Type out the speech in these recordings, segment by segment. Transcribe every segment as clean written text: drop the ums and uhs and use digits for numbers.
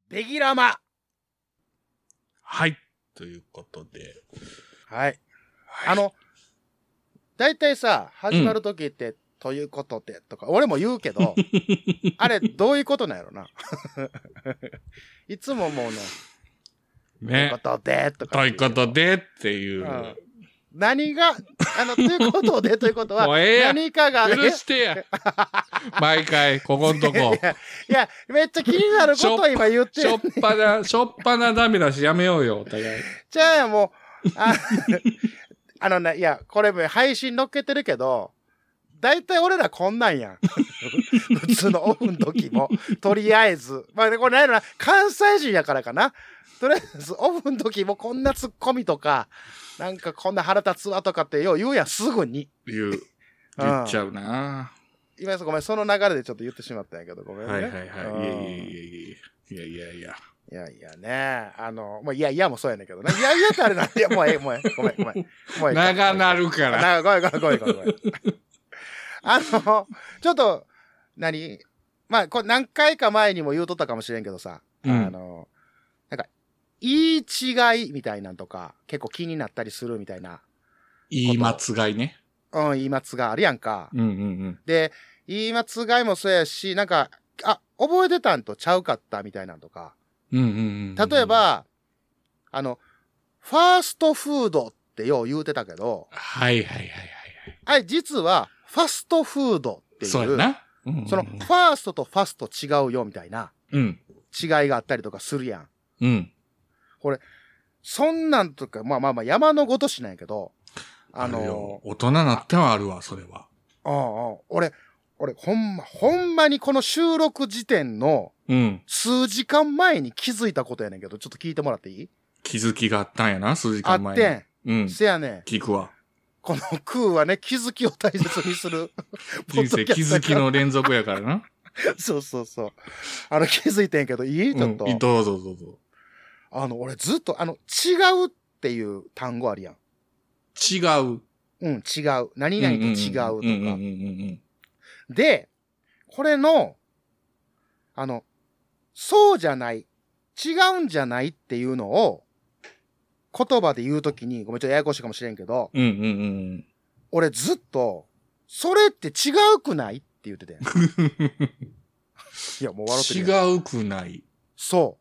ベギラマ。 はい。ということで。 はい。だいたいさ、始まるときって、ということで、とか、俺も言うけど、あれ、どういうことなんやろな。いつももうね、 ね。 ということで、とか。 ということでっていう。 何が、ということで、ということは、 もうええや何かがね。 許してや。毎回、ここんとこ。 いや、めっちゃ気になることを今言ってしょっぱなダメだしやめようよ、お互い。 じゃあもう、ね、いや、これも配信乗っけてるけど、だいたい俺らこんなんやん。普通のオフの時も、とりあえず。まあね、これ何やろな、関西人やからかな。とりあえず、オフの時もこんなツッコミとか、なんかこんな腹立つわとかってよう言うやん、すぐに。 言っちゃうな。 今ごめん、その流れでちょっと言ってしまったんやけど、ごめんね。 はいはいはい。いや。 いやいやね、もういやもそうやねんけどね。いやってあれなんで、もうごめん。もう長なるから。 ごめん。ちょっと、まあ、これ何回か前にも言うとったかもしれんけどさ、なんか、言い違いみたいなんとか、結構気になったりするみたいな。 言い間違いね。 言い間違いあるやんか。で、言い間違いもそうやし、なんか、覚えてたんとちゃうかったみたいなんとか。例えば、ファーストフードってよう言うてたけど、 はい。 あれ実は、ファストフードっていう、 そうやな。 その、ファーストとファスト違うよみたいな、違いがあったりとかするやん。これ、そんなんとか、まあ、山のごとしなんやけど、 大人なってはあるわ、それは。 俺、ほんまにこの収録時点の、数時間前に気づいたことやねんけど、ちょっと聞いてもらっていい？ 気づきがあったんやな、数時間前に。 あってん。せやねん。 聞くわ。 この空はね、気づきを大切にする。 人生気づきの連続やからな。 そう。気づいてんけど、いい？ちょっと。 どうぞ。 俺ずっと、違うっていう単語あるやん。 違う。 違う。何々と違うとか。で、これの、そうじゃない、違うんじゃないっていうのを、言葉で言うときに、ごめん、ちょっとややこしいかもしれんけど、俺ずっと、それって違うくないって言ってて。いや、もう笑ってる。 違うくない。 そう。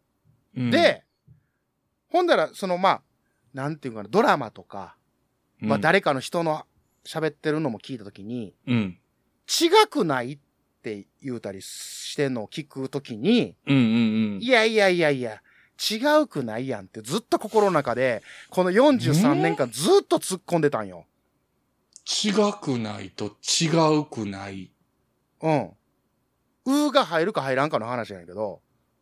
で、ほんだら、なんていうかな、ドラマとか、誰かの人の喋ってるのも聞いたときに、違くないって言うたりしてんのを聞くときに、いや、違うくないやんってずっと心の中で、この43年間ずっと突っ込んでたんよ。 違くないと違うくない。 が入るか入らんかの話やねんけど。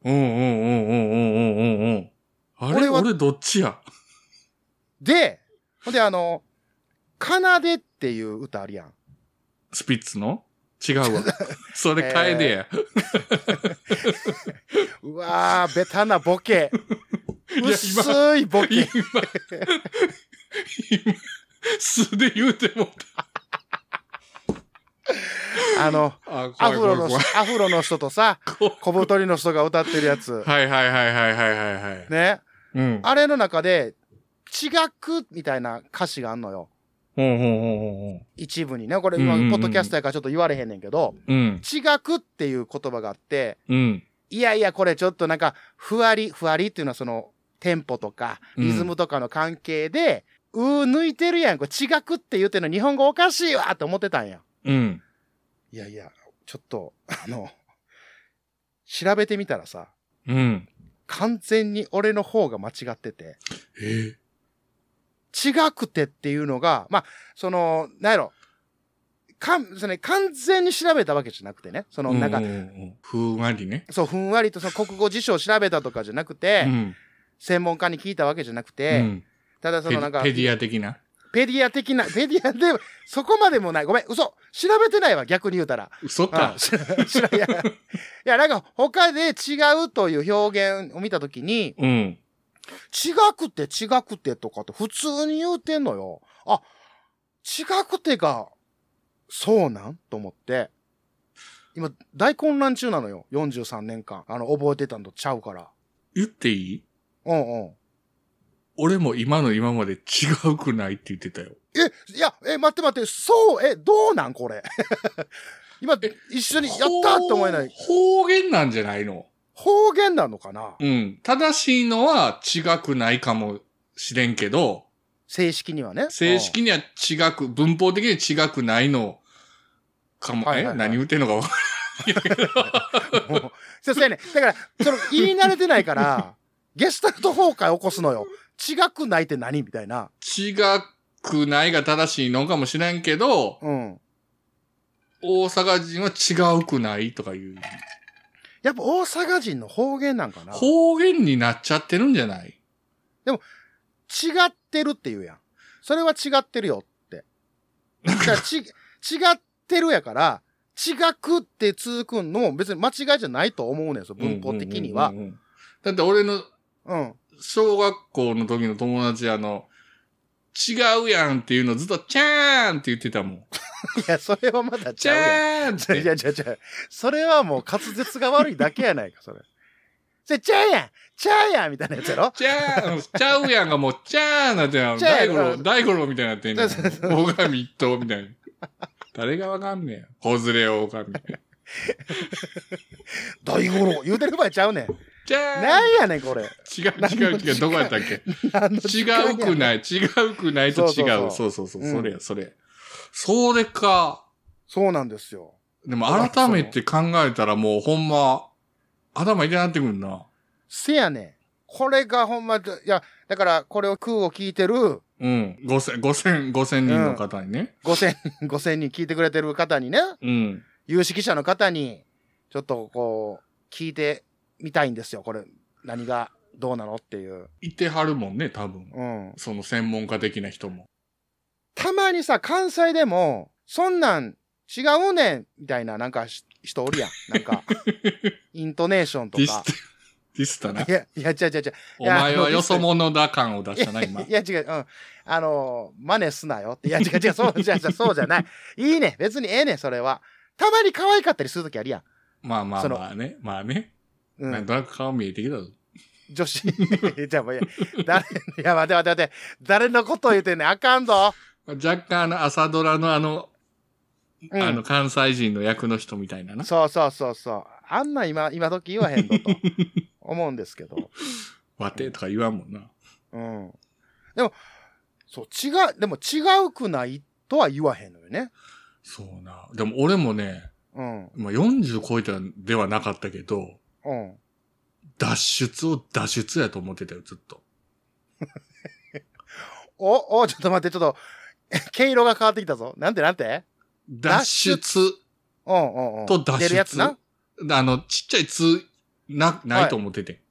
俺どっちや？ で、ほんで奏でっていう歌あるやん。 スピッツの？違うわ。それ変えでや。 うわー、ベタなボケ。薄いボケ。 今、素で言うてもアフロの人とさ、小太りの人が歌ってるやつ。 はい。 ね。あれの中で、違くみたいな歌詞があんのよ。一部にね。これ今、ポッドキャストやからちょっと言われへんねんけど、違くっていう言葉があって、いや、これちょっとなんか、ふわりっていうのはその、テンポとか、リズムとかの関係で、抜いてるやん。これ違くって言うてんの日本語おかしいわって思ってたんや。いや、ちょっと、調べてみたらさ、完全に俺の方が間違ってて。違くてっていうのが、なんやろ、完全に調べたわけじゃなくてね。なんか、 ふんわりね。 そう、ふんわりとその国語辞書を調べたとかじゃなくて、専門家に聞いたわけじゃなくて、ただなんか、 ペディア的な、 で、そこまでもない。ごめん、嘘。調べてないわ、逆に言うたら。 嘘か。 いや、なんか、他で違うという表現を見たときに、違くてとかって普通に言うてんのよ。違くてが、そうなんと思って。今、大混乱中なのよ。43年間。覚えてたんとちゃうから。 言っていい？ うんうん。 俺も今の今まで違うくないって言ってたよ。 いや、待って、そう、どうなんこれ。今、一緒にやったって思えない。 方言なんじゃないの？ 方言なのかな？ うん。正しいのは違くないかもしれんけど、 正式にはね。 正式には違く、文法的に違くないのかも、何言ってんのか分からない。 そうやね。だから、言い慣れてないから、ゲスタルト崩壊起こすのよ。違くないって何みたいな。 違くないが正しいのかもしれんけど、 うん。 大阪人は違うくないとか言う。 やっぱ大阪人の方言なんかな？ 方言になっちゃってるんじゃない？ でも、違ってるって言うやん。それは違ってるよって。だから違ってるやから、違くって続くのも別に間違いじゃないと思うねんですよ、文法的には。 だって俺の、 うん。 小学校の時の友達違うやんっていうのずっとチャーンって言ってたもん。 いや、それはまだちゃうやん。 チャーンって。 いや、それはもう滑舌が悪いだけやないか、それ。それ、ちゃうやんみたいなやつやろ？ ちゃうやんがもうチャーンなって大五郎みたいになってんねん。大神一頭みたいな。誰がわかんねえ。子連れ大神。 大五郎言うてる場合ちゃうねん。なんやねん、これ。 違う。どこやったっけ？違うくないと違う。そう。それ。それか。 そうなんですよ。 でも改めて考えたらもうほんま、頭痛くなってくるな。 せやねん。これがほんま、いや、だからこれを空を聞いてる。 うん。5000人の方にね。 5000人聞いてくれてる方にね。 うん。 有識者の方に、ちょっとこう、聞いてみたいんですよ。これ、何がどうなのっていう。 いてはるもんね、多分。 うん。 その専門家的な人も。 たまにさ、関西でも、そんなん違うねん、みたいな、なんか人おるやん。なんか、イントネーションとか。 ディスったな。 いや、違う。 お前はよそ者だ感を出したな、今。 いや、違う。うん。真似すなよって。いや、違う。そうじゃない。いいね。別にええねん、それは。たまに可愛かったりするときあるやん。 まあね。うん。なんとなく顔見えてきたぞ。 女子。じゃあもういや、待って。誰のことを言うてんねん。あかんぞ。 若干朝ドラの関西人の役の人みたいなな。 そう。あんな今時言わへんのと思うんですけど。 わてとか言わんもんな。 うん。でも違うくないとは言わへんのよね。 そうな。でも俺もね、 うん。 まあ、40超えたではなかったけど、 うん。 脱出やと思ってたよ、ずっと。 ちょっと待って、毛色が変わってきたぞ。なんて脱出。 うん。 と脱出。 出るやつな。 ちっちゃいつ、ないと思ってて。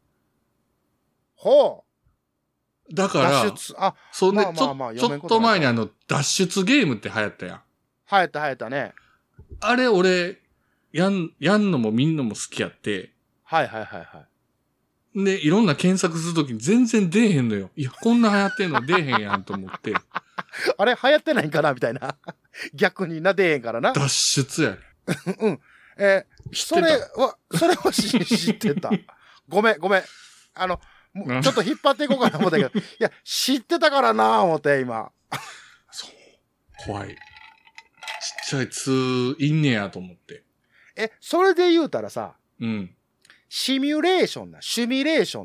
ほう。だから、 脱出。あ、 そんで、ちょっと前に脱出ゲームって流行ったやん。 流行ったね。 あれ、俺、やんのも見んのも好きやって。 はい。 で、いろんな検索するときに全然出えへんのよ。いや、こんな流行ってんの出えへんやんと思って。 あれ、流行ってないんかなみたいな。逆に出えへんからな。 脱出やね。 うん。それは知ってた。ごめん。ちょっと引っ張っていこうかな思ったけど。いや、知ってたからな思って、今。 そう。怖い。ちっちゃいついんねやと思って。 それで言うたらさ。 うん。 シミュレーションな。シュ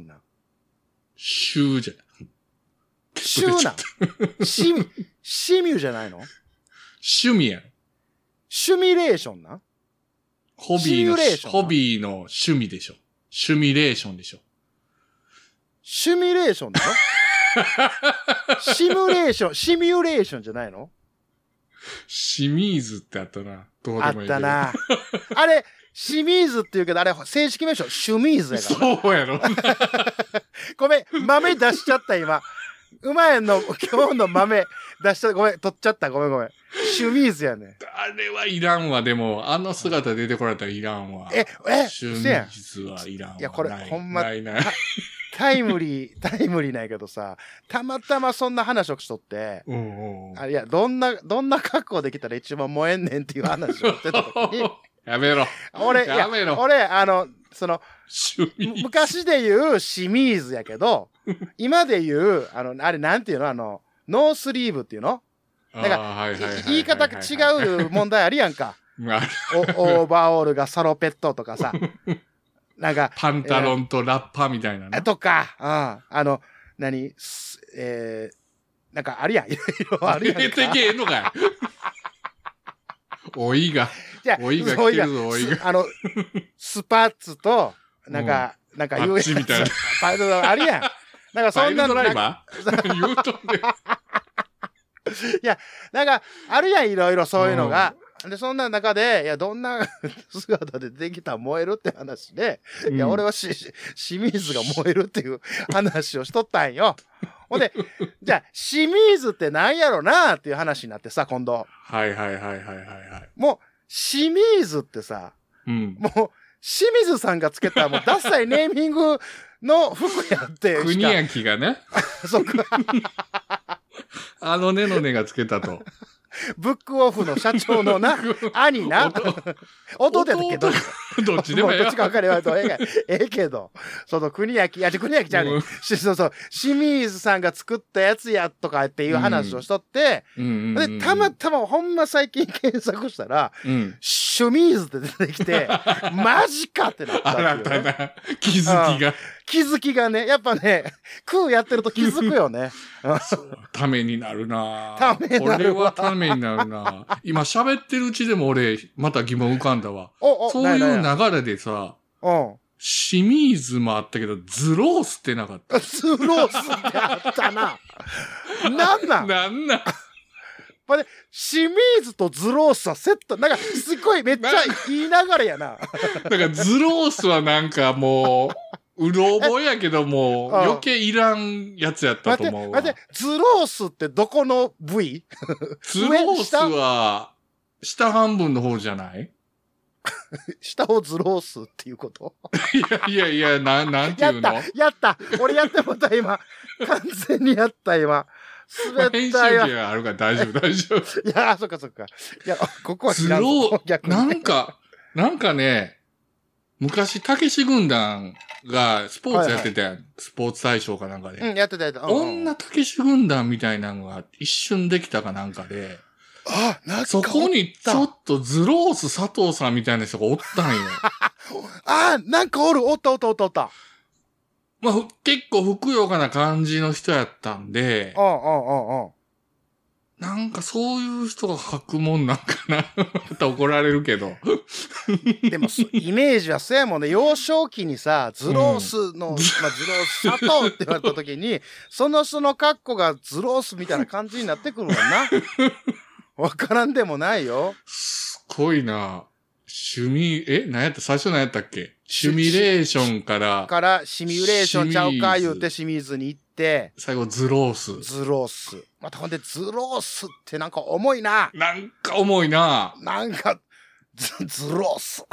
じゃない。シュな。シミュじゃないの？ 趣味やん。 シュミレーションな。 ホビーの趣味でしょ。シュミレーションでしょ。 シュミレーションだろ？シミュレーションじゃないの？ シミーズってあったな。どうでもいいけど。 あったな。あれ、シミーズって言うけど、あれ、正式名称、シュミーズやから。 そうやろ。 ごめん、豆出しちゃった、今。うまいの、今日の豆出しちゃった。ごめん、取っちゃった。ごめん。シュミーズやね。 あれはいらんわ、でも、姿出てこられたらいらんわ。 シュミーズはいらんわ。 いや、これ、ほんま、 ない。 タイムリーないけどさ、たまたまそんな話をしとって、いや、どんな格好できたら一番燃えんねんっていう話をしてた時に、 やめろ。 俺、 昔で言う清水やけど、今で言う、あれなんていうのノースリーブっていうのなんか、言い方違う問題あるやんか。オーバーオールがサロペットとかさ。なんか。 パンタロンとラッパみたいなね。 とか、なんかあるやん。いろいろあるやんか。 出てけえのかい。おいが来てるぞ、おいが。 スパッツと、なんか言うやつ。 みたいな。 あるやん。なんかそんな。 ドライバー言うとんね。 いや、なんか、あるやん、いろいろそういうのが。で、そんな中で、いや、どんな姿でできたら燃えるって話で、いや、俺は清水が燃えるっていう話をしとったんよ。ほんで、じゃあ、清水って何やろなっていう話になってさ、今度。 はい。 もう、清水ってさ、もう、清水さんがつけたもうダッサいネーミングの服やって。 国焼がね。 そっか。 ねのねがつけたと。 ブックオフの社長のな、兄な。弟やったっけどっちでもええどっちか分かればええけど。国焼ちゃうねん。そう、清水さんが作ったやつやとかっていう話をしとって、で、たまたまほんま最近検索したら、シュミーズって出てきて、マジかってなったっていう、 新たな気づきが。 気づきがね、やっぱね、空やってると気づくよね。 ためになるなためになるわ。 これはためになるな今喋ってるうちでも俺、また疑問浮かんだわ。そういう流れでさ、清水もあったけど、ズロースってなかった。 ズロースってあったな。なん清水とズロースはセット。なんか、すっごいめっちゃいい流れやな。 なんか、ズロースはなんかもう、うろ覚えやけども、余計いらんやつやったと思うわ。 待って、ズロースってどこの部位？ ズロースは、下半分の方じゃない下をズロースっていうこといや、なんていうのやった俺やってもった今。完全にやった今。滑ったよ。 編集機があるから大丈夫。 いや、そっか。いや、ここはズロー、なんかね、昔、たけし軍団がスポーツやってたやん。スポーツ大賞かなんかで。 やってた。 女たけし軍団みたいなのが一瞬できたかなんかで、そこにちょっとズロース佐藤さんみたいな人がおったんよ。 なんかおった。 まあ、結構ふくよかな感じの人やったんで、なんかそういう人が書くもんなんかなまた怒られるけど。 でも、イメージはそうやもんね。幼少期にさ、ズロースの、ズロース佐藤って言われた時に、その格好がズロースみたいな感じになってくるもんな。わからんでもないよ。 すごいな。最初何やったっけシミュレーションから。 シミュレーションちゃうか言うて清水に行って。 最後ズロース。またほんでズロースってなんか重いな。 なんか重いな。 なんか、ズロース。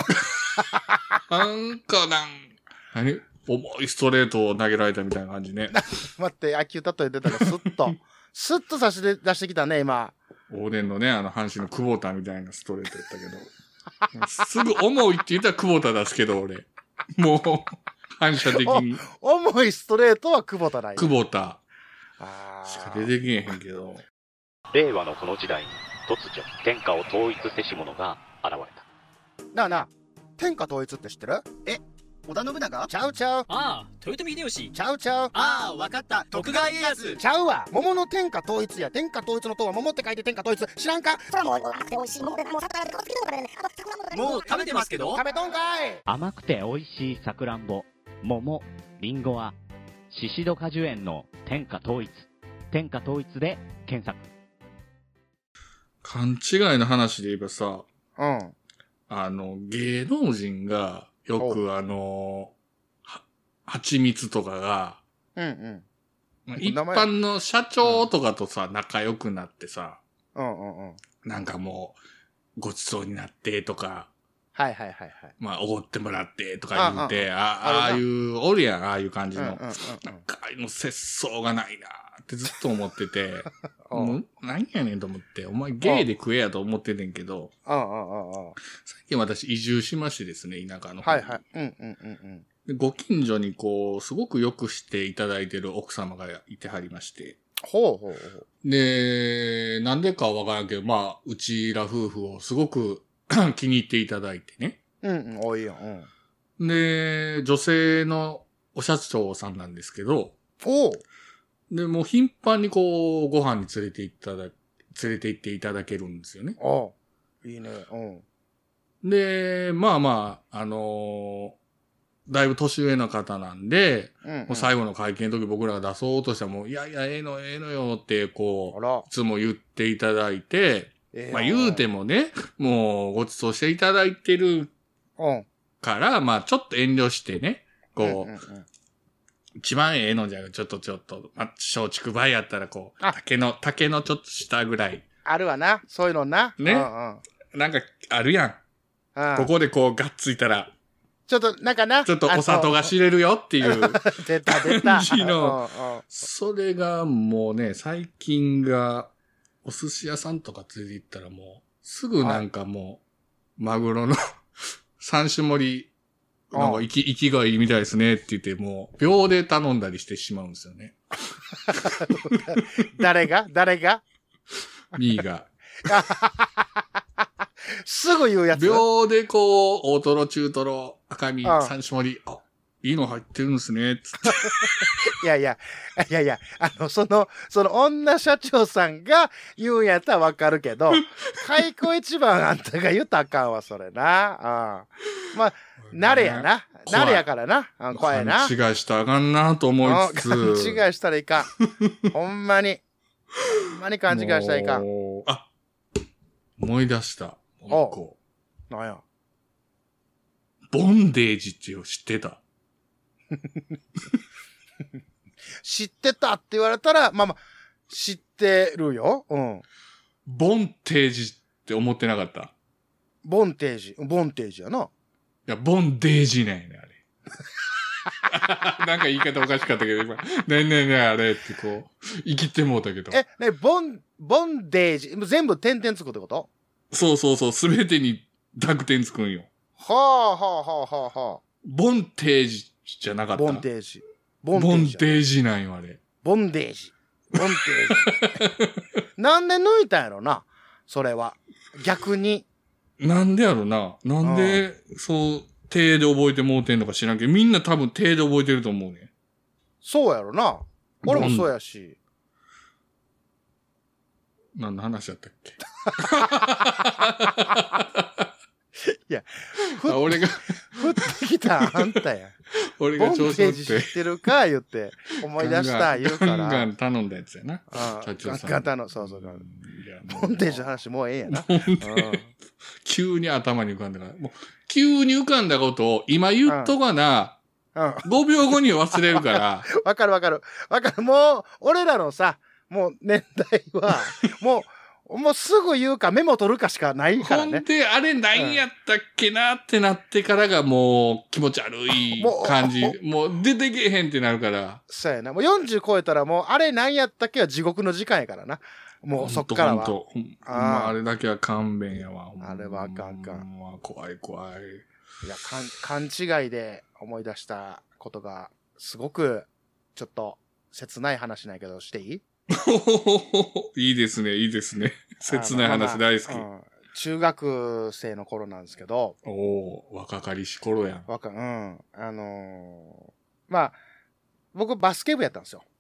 何重いストレートを投げられたみたいな感じね。 待って、野球例え出たらスッと出してきたね、今。 往年のね、阪神の久保田みたいなストレートやったけど。すぐ重いって言ったら久保田出すけど、俺。もう、反射的に。 重いストレートは久保田ない。 久保田。しか出てけえへんけど。 令和のこの時代に突如、天下を統一せし者が現れた。なあ、天下統一って知ってる？ 織田信長？ ちゃう。 ああ、豊臣秀吉。 ちゃう。 ああ、わかった。徳川家康。 ちゃうわ。桃の天下統一や。天下統一の塔は桃って書いて天下統一。知らんか？ もう食べてますけど。 食べとんかい。 甘くて美味しいさくらんぼ、桃、りんごはシシド果樹園の天下統一。天下統一で検索。 勘違いの話で言えばさ、芸能人がよく蜂蜜とかが、一般の社長とかとさ、仲良くなってさ、なんかもう、ごちそうになってとか、 はいはいはいはい。 まあ、おごってもらってとか言うて、ああいう、おるやん、ああいう感じの。なんか、ああいうの節操がないなってずっと思ってて、何やねんと思って、お前ゲイで食えやと思ってんねんけど、最近私移住しましてですね、田舎の方に。はいはい。ご近所にこう、すごくよくしていただいてる奥様がいてはりまして。 ほうほうほう。 で、なんでかはわからんけど、まあ、うちら夫婦をすごく気に入っていただいてね。 多いよ。 で、女性のお社長さんなんですけど、で、もう頻繁にこう、ご飯に連れて行っていただけるんですよね。 いいね。 で、まあまあ、だいぶ年上の方なんで、もう最後の会見の時僕らが出そうとしたらもう、いやいや、ええのよって、こう、いつも言っていただいて、まあ言うてもね、もうご馳走していただいてるから、まあちょっと遠慮してね、こう、一番ええのじゃ、ちょっと、まあ、松竹梅やったらこう、竹のちょっと下ぐらい。 あるわな、そういうのな。 ね。なんか、あるやん。ここでこう、がっついたら、 ちょっと、なんかな。 ちょっとお砂糖が知れるよっていう出た。 感じの。それがもうね、最近が、お寿司屋さんとか連れて行ったらもう、すぐなんかもう、マグロの三種盛り、なんか生きがいいみたいですねって言って、もう、秒で頼んだりしてしまうんですよね。 誰がミーが。 すぐ言うやつ。 秒でこう、大トロ、中トロ、赤身、三種盛り、いいの入ってるんですね、つって。 いや、その女社長さんが言うんやったらわかるけど、開口一番あんたが言ったらあかんわ、それな。まあ、慣れやな。慣れやからな。怖いな。 勘違いしたらあかんなと思いつつ。 勘違いしたらいかん。ほんまに勘違いしたらいかん。 思い出した。 なんや。 ボンデージっていう知ってた？ 知ってたって言われたら、まあ、知ってるよ。 ボンテージって思ってなかった？ ボンテージやな。 いや、ボンデージなんやね、あれ。なんか言い方おかしかったけど、今、ねあれってこう、生きてもうたけど。 ボンデージ、全部点々つくってこと？ そう、すべてに濁点つくんよ。 はあ。 ボンテージじゃなかった？ ボンテージなんよ、あれ。 ボンデージ。なんで抜いたんやろな、それは。逆に。 なんでやろな。なんで、そう、手で覚えてもうてんのか知らんけど、みんな多分手で覚えてると思うね。 そうやろな。俺もそうやし。 何の話だったっけ？ いや、 俺が降ってきたあんたや。 俺が調子乗って。 知ってるか言って、思い出した言うから。 ガンガン頼んだやつやな。 社長さん。ガンガンそう。ボンテージの話もうええんやな。 急に頭に浮かんだから。もう急に浮かんだことを今言っとかな、5秒後に忘れるから。 わかる。もう、俺らのさ、もう年代は、もうすぐ言うかメモ取るかしかないからね。 ほんで、あれ何やったっけなってなってからがもう気持ち悪い感じ。もう出てけへんってなるから。 そうやな。もう40超えたらもうあれ何やったっけは地獄の時間やからな。もうそっからは。 あれだけは勘弁やわ。 あれはあかん。 怖い。 いや、勘違いで思い出したことがすごくちょっと切ない話なんやけどしていい？ いいですね。切ない話大好き。 中学生の頃なんですけど。 若かりし頃やん。 まあ、僕バスケ部やったんですよ。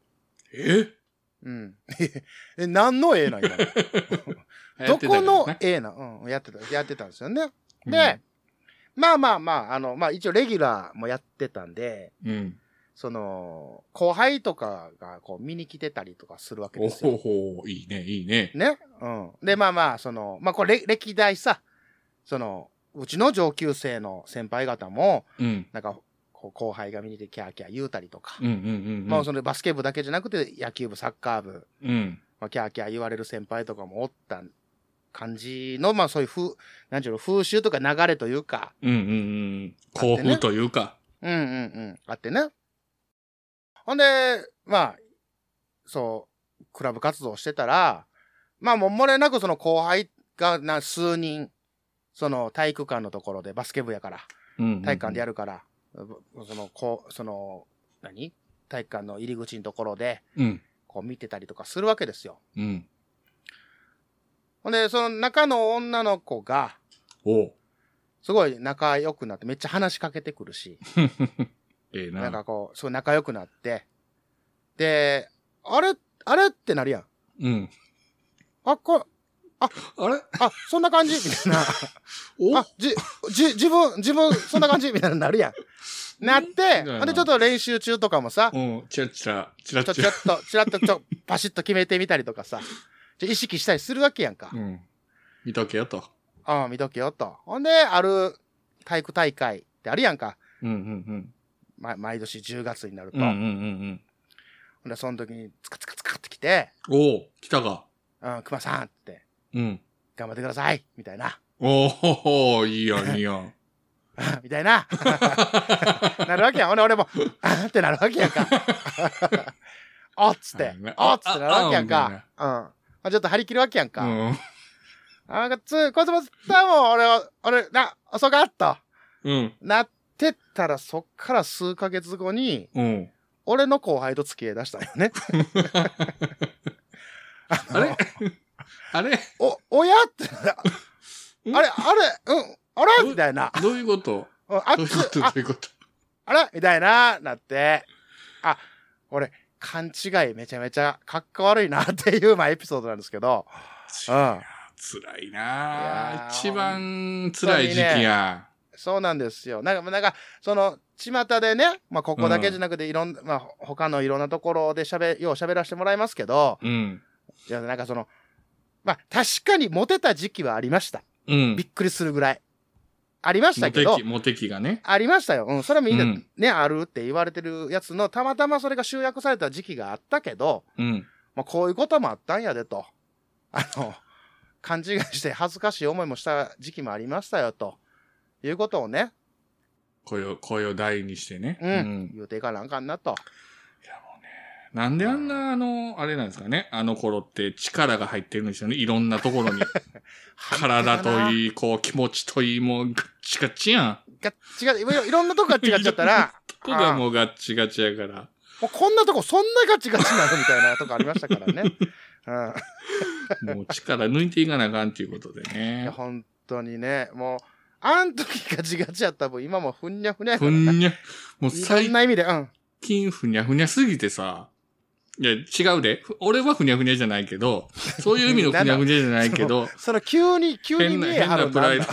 何のなんやどこのなんやってたんですよね。で、まあ、一応レギュラーもやってたんで、後輩とかがこう見に来てたりとかするわけですよ。 いいね。 ね。で、これ歴代さ、うちの上級生の先輩方も、なんか、後輩が見に来てキャーキャー言うたりとか、バスケ部だけじゃなくて野球部、サッカー部、キャーキャー言われる先輩とかもおったん感じの、まあそういうなんちゅうの、風習とか流れというか。 興奮というか。 あってね。ほんで、まあ、そう、クラブ活動してたら、まあもう漏れなくその後輩が数人、その体育館のところでバスケ部やから、体育館でやるから、体育館の入り口のところで、こう見てたりとかするわけですよ。ほんで、その中の女の子が、すごい仲良くなって、めっちゃ話しかけてくるし、なんかこう、すごい仲良くなって、で、あれってなるやん。あれそんな感じみたいな。自分、そんな感じみたいななるやん。なって、ほんでちょっと練習中とかもさ、 チラッとパシッと決めてみたりとかさ、意識したりするわけやんか。 見とけよと。 見とけよと。ほんで、ある体育大会ってあるやんか。毎年10月になると。ほんで、その時にツカって来て。 来たか。 熊さんって。頑張ってくださいみたいな。 いいやん。 みたいな。なるわけやん。俺も、ってなるわけやんか。っつって。なるわけやんか。ちょっと張り切るわけやんか。こいつも俺、遅かった。なってったら、そっから数ヶ月後に、俺の後輩と付き合い出したんよね。 あれおやって、あれみたいな。 どういうことどういうことあれみたいな、なって、俺、勘違いめちゃめちゃかっこ悪いなっていう、エピソードなんですけど。 辛いな一番辛い時期や。 そうなんですよ。なんか、その、巷でね、ここだけじゃなくて、他のいろんなところでよう喋らせてもらいますけど、じゃあなんかその、確かにモテた時期はありました。びっくりするぐらい。ありましたけど。 モテ期がね。 ありましたよ。それはみんなね、あるって言われてるやつの、たまたまそれが集約された時期があったけど、こういうこともあったんやでと。勘違いして恥ずかしい思いもした時期もありましたよと。いうことをね。 声を大にしてね。 言うていかなあかんなと。 いやもうね。なんであんなあれなんですかね。あの頃って力が入ってるんですよね。いろんなところに。体といい、気持ちといい、もうガッチガチやん。 いろんなとこが違っちゃったら。 とこがもうガッチガチやから。 もうこんなとこそんなガチガチなのみたいなとこありましたからね。 もう力抜いていかなあかんっていうことでね。 いや、本当にね。もう、あん時ガチガチやった分、今もふんにゃふにゃやから。ふんにゃ。もういろんな意味で、 近ふにゃふにゃすぎてさ。いや、違うで。俺はふにゃふにゃじゃないけど、そういう意味のふにゃふにゃじゃないけど。 その急に変なプライ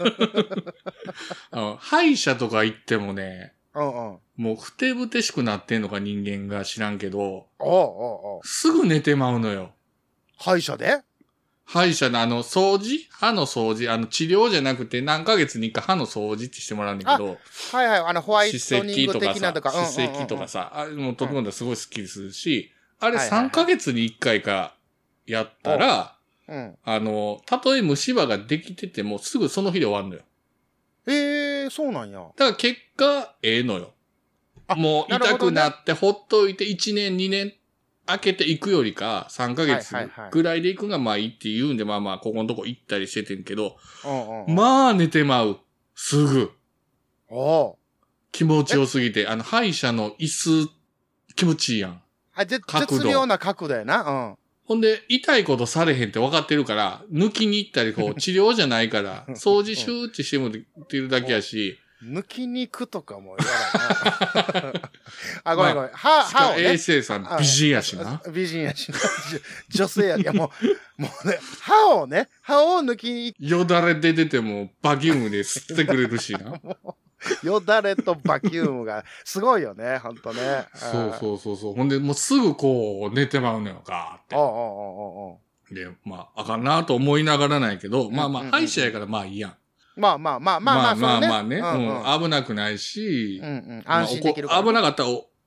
ド。歯医者とか行ってもね、もうふてぶてしくなってんのか人間が知らんけど、すぐ寝てまうのよ。 歯医者で歯医者の掃除歯の掃除、治療じゃなくて何ヶ月に一回歯の掃除ってしてもらうんだけど。 ホワイトニング的なとか。 歯石とかさ、もうとってもすごいスッキリするし、あれ3ヶ月に1回かやったら、たとえ虫歯ができててもすぐその日で終わるのよ。 そうなんや。 だから結果、のよ。もう痛くなってほっといて1年2年開けていくよりか、3ヶ月ぐらいでいくがまあいいって言うんで、ここのとこ行ったりしててんけど、寝てまう。すぐ。気持ちよすぎて、歯医者の椅子、気持ちいいやん。 絶妙な角度やな。 ほんで、痛いことされへんって分かってるから、抜きに行ったり、治療じゃないから、掃除シューってしてもってるだけやし。 抜きに行くとかも言わないな。ごめん。歯をね。 衛生さん美人やしな。 美人やしな。女性や。いやもうね、歯を抜きに。 よだれ出てても、バキュームで吸ってくれるしな。 よだれとバキュームがすごいよね、ほんとね。 そう。ほんで、もうすぐ寝てまうのよ、ガーって。で、あかんなと思いながらないけど、歯医者やからいいやん。 ね。 危なくないし、 安心できるから。 危なかったら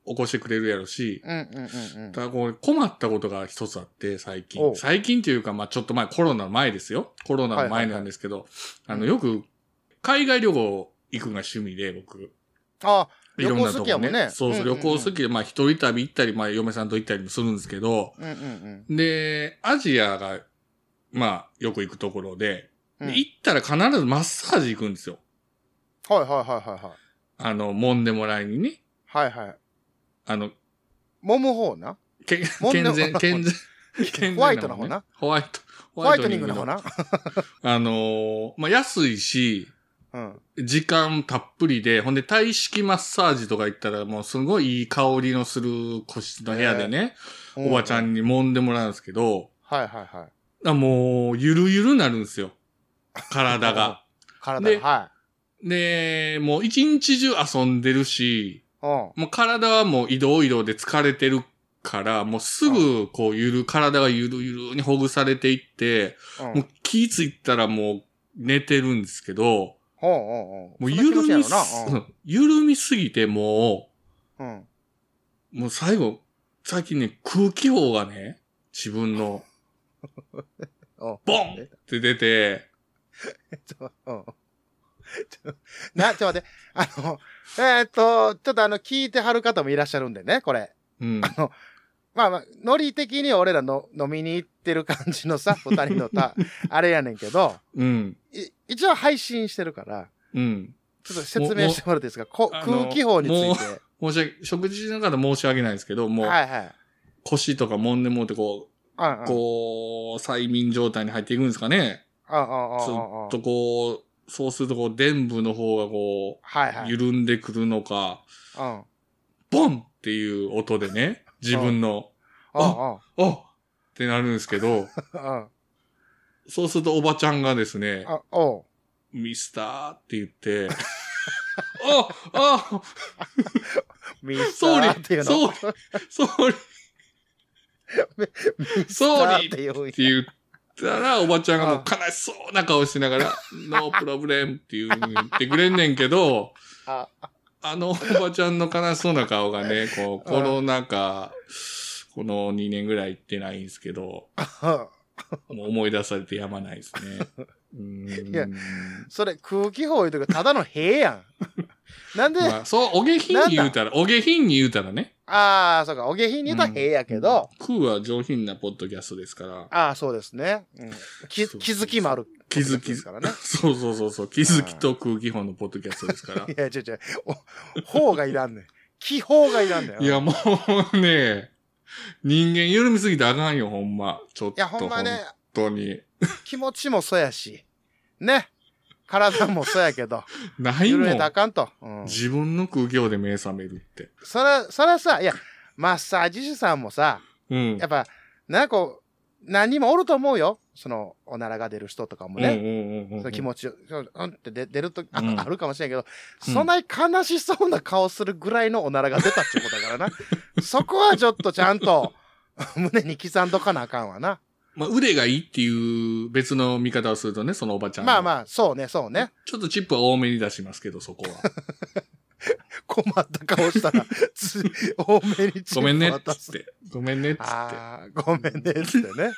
起こしてくれるやろし、だからこう困ったことが一つあって、最近。最近というか、まあちょっと前、コロナの前ですよ。コロナの前なんですけど、よく、海外旅行行くのが趣味で、僕。 ああ、いろんなとこね。旅行好きやもんね。 そうそう、旅行好きで、まあ一人旅行ったり、まあ嫁さんと行ったりもするんですけど、で、アジアが、まあよく行くところで、行ったら必ずマッサージ行くんですよ。 はいはいはいはいはい。 揉んでもらいにね。 はいはい。揉む方な。 健全ホワイトの方な。 ホワイトニングの方な。 まあ、安いし、時間たっぷりで、ほんで、体式マッサージとか行ったら、もうすごいいい香りのする個室の部屋でね、おばちゃんに揉んでもらうんですけど、 はいはいはい。 もう、ゆるゆるなるんですよ。体が。 体が、はい。 で、もう一日中遊んでるし、もう体はもう移動で疲れてるから、もうすぐこう体がゆるゆるにほぐされていって、もう気ついたらもう寝てるんですけど、もう緩みすぎてもう、もう最近ね、空気砲がね、自分の、ボンって出て、 ちょっと待って。ちょっと聞いてはる方もいらっしゃるんでね、これ。まあ、ノリ的に俺らの飲みに行ってる感じのさ、二人のあれやねんけど、一応配信してるから、ちょっと説明してもらっていいですか、空気砲について。 食事しながら申し訳ないですけど、もう、腰とか揉んでもってこう、催眠状態に入っていくんですかね。ずっとこう、そうするとこう、伝部の方がこう、緩んでくるのか、ボンっていう音でね、自分の、ってなるんですけど、そうするとおばちゃんがですね、ミスターって言って、 ミスターっていうのソーリーって言ったら、おばちゃんがもう悲しそうな顔しながら、ノープロブレムっていう風に言ってくれんねんけど、おばちゃんの悲しそうな顔がね、こう、コロナ禍、この2年ぐらい行ってないんですけど、もう思い出されてやまないですね。 いや、それ空気砲言うとかただの塀やん。なんで、 まあ、そう、お下品に言うたらね。 ああ、そうか、お下品に言うたら塀やけど。 空は上品なポッドキャストですから。 ああ、そうですね。気づきもある。 気づきですからね。そう。気づきと空気砲のポッドキャストですから。 いや、砲がいらんねん。気砲がいらんねん。 いや、もうね、人間緩みすぎてあかんよ、ほんま。ちょっと。 いや、ほんまね。 本当に。 気持ちもそうやし。ね。体もそうやけど。 ないもん。 緩めたらあかんと。 自分の空気砲で目覚めるって。 それさ、いや、マッサージ師さんもさ、やっぱ、何人もおると思うよ。その、おならが出る人とかもね。その気持ち、って出ると、あるかもしれんけど、そんなに悲しそうな顔するぐらいのおならが出たってことだからな。そこはちょっとちゃんと、胸に刻んどかなあかんわな。 まあ、腕がいいっていう別の見方をするとね、そのおばちゃん。 まあ、そうね。ちょっとチップは多めに出しますけど、そこは。 困った顔したら、多めにチップごめんねっつって。ごめんねっつって。 ごめんねっつってね。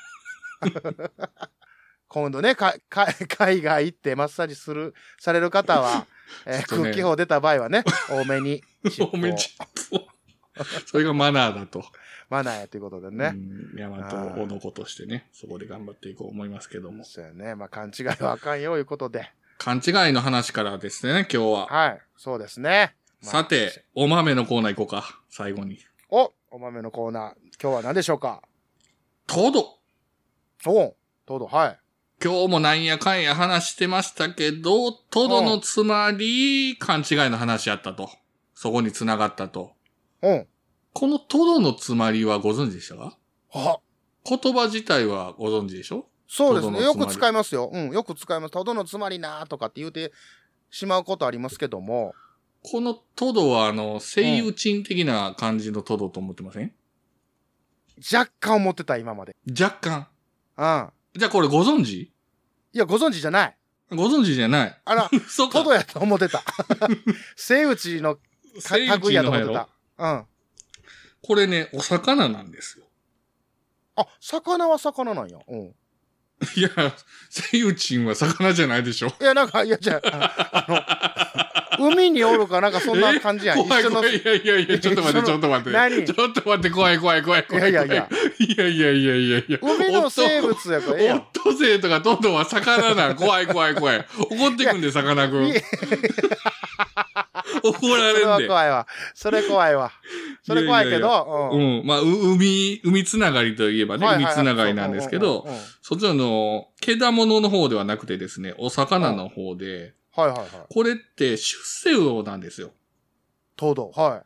今度ね、海外行ってマッサージされる方は、空気砲出た場合はね、多めにチップを。 多めにチップを。それがマナーだと。 マナーやということでね。 大和おのことしてね、そこで頑張っていこう思いますけども。 そうやね。まあ、勘違いはあかんよ、いうことで。 勘違いの話からですね、今日は。 はい、そうですね。 さて、お豆のコーナー行こうか、最後に。 お豆のコーナー、今日は何でしょうか？ トド、 はい。 今日もなんやかんや話してましたけど、トドのつまり、勘違いの話やったと。そこに繋がったと。このトドのつまりはご存知でしたか？言葉自体はご存知でしょ？ そうですね。よく使いますよ。よく使います。トドのつまりなーとかって言うてしまうことありますけども。 このトドは、セイウチン的な感じのトドと思ってません？ 若干思ってた、今まで。 若干。じゃあこれご存知？ いや、ご存知じゃない。 ご存知じゃない。 あら、トドやと思ってた。セイウチの類やと思ってた。 これね、お魚なんですよ。 あ、魚は魚なんや。うん。 いや、セイウチンは魚じゃないでしょ。 いや、なんか、いや、じゃ海におるかなんかそんな感じやん。 怖い怖い。いやいやいや、ちょっと待って、ちょっと待って。 何？ ちょっと待って、怖い。いや。 いや。海の生物やから、 オットセイとかトドは魚なん。怖い。怒ってくんで、魚くん。怒られんで。 それ怖いわ。それ怖いけど、 まあ、海つながりといえばね、海つながりなんですけど、そっちの、けだものの方ではなくてですね、お魚の方で、これって出世魚なんですよ。 トド、はい。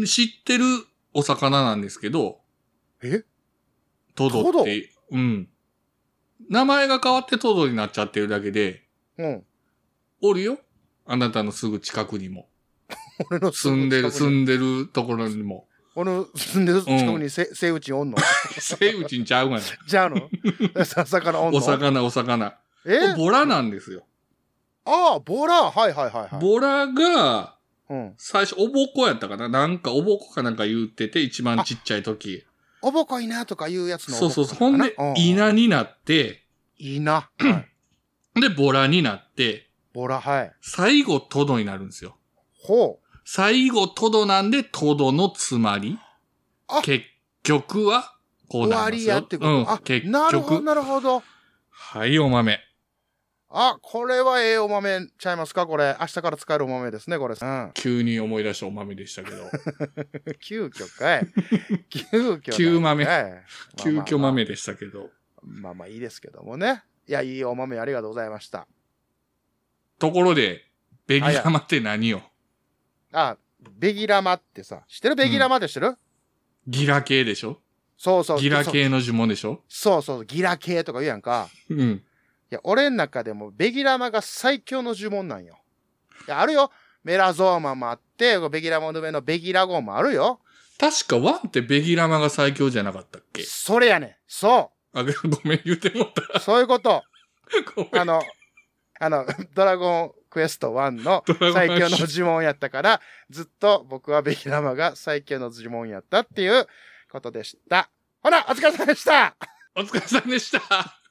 知ってるお魚なんですけど、トドって、名前が変わってトドになっちゃってるだけで、おるよ。あなたのすぐ近くにも。 俺の住んでるところにも。 俺の住んでる近くにセイウチンおんの？ セイウチンちゃうがな。 ちゃうの？魚おんの？ お魚。ボラなんですよ。 ああ、ボラ。はい。 ボラが、最初、おぼこやったかな？なんか、おぼこかなんか言ってて、一番ちっちゃい時。 おぼこいなとかいうやつの。 そう。ほんで、イナになって、 イナ。 で、ボラになって、 ボラ、はい。 最後、トドになるんですよ。 ほう。 最後、トドなんで、トドのつまり。結局は、こうなるんですよ。終わりやってこと。結局。 なるほど。 はい、お豆。 これはお豆ちゃいますか？これ。明日から使えるお豆ですね、これ。 急に思い出したお豆でしたけど。 急遽かい。 急豆。急遽豆でしたけど。 まあいいですけどもね。いや、いいお豆ありがとうございました。 ところで、ベギラマって何よ？ ベギラマってさ、知ってる？ベギラマって知ってる？ ギラ系でしょ？ そう。 ギラ系の呪文でしょ？ そう。ギラ系とか言うやんか。いや、俺ん中でもベギラマが最強の呪文なんよ。いや、あるよ。メラゾーマもあって、ベギラマの上のベギラゴンもあるよ。 確かワンってベギラマが最強じゃなかったっけ？ それやねん。そう。 ごめん、言うてもった。 そういうこと。ドラゴンクエスト1の最強の呪文やったから、ずっと僕はベギラマが最強の呪文やったっていうことでした。ほな、お疲れ様でした。 お疲れ様でした。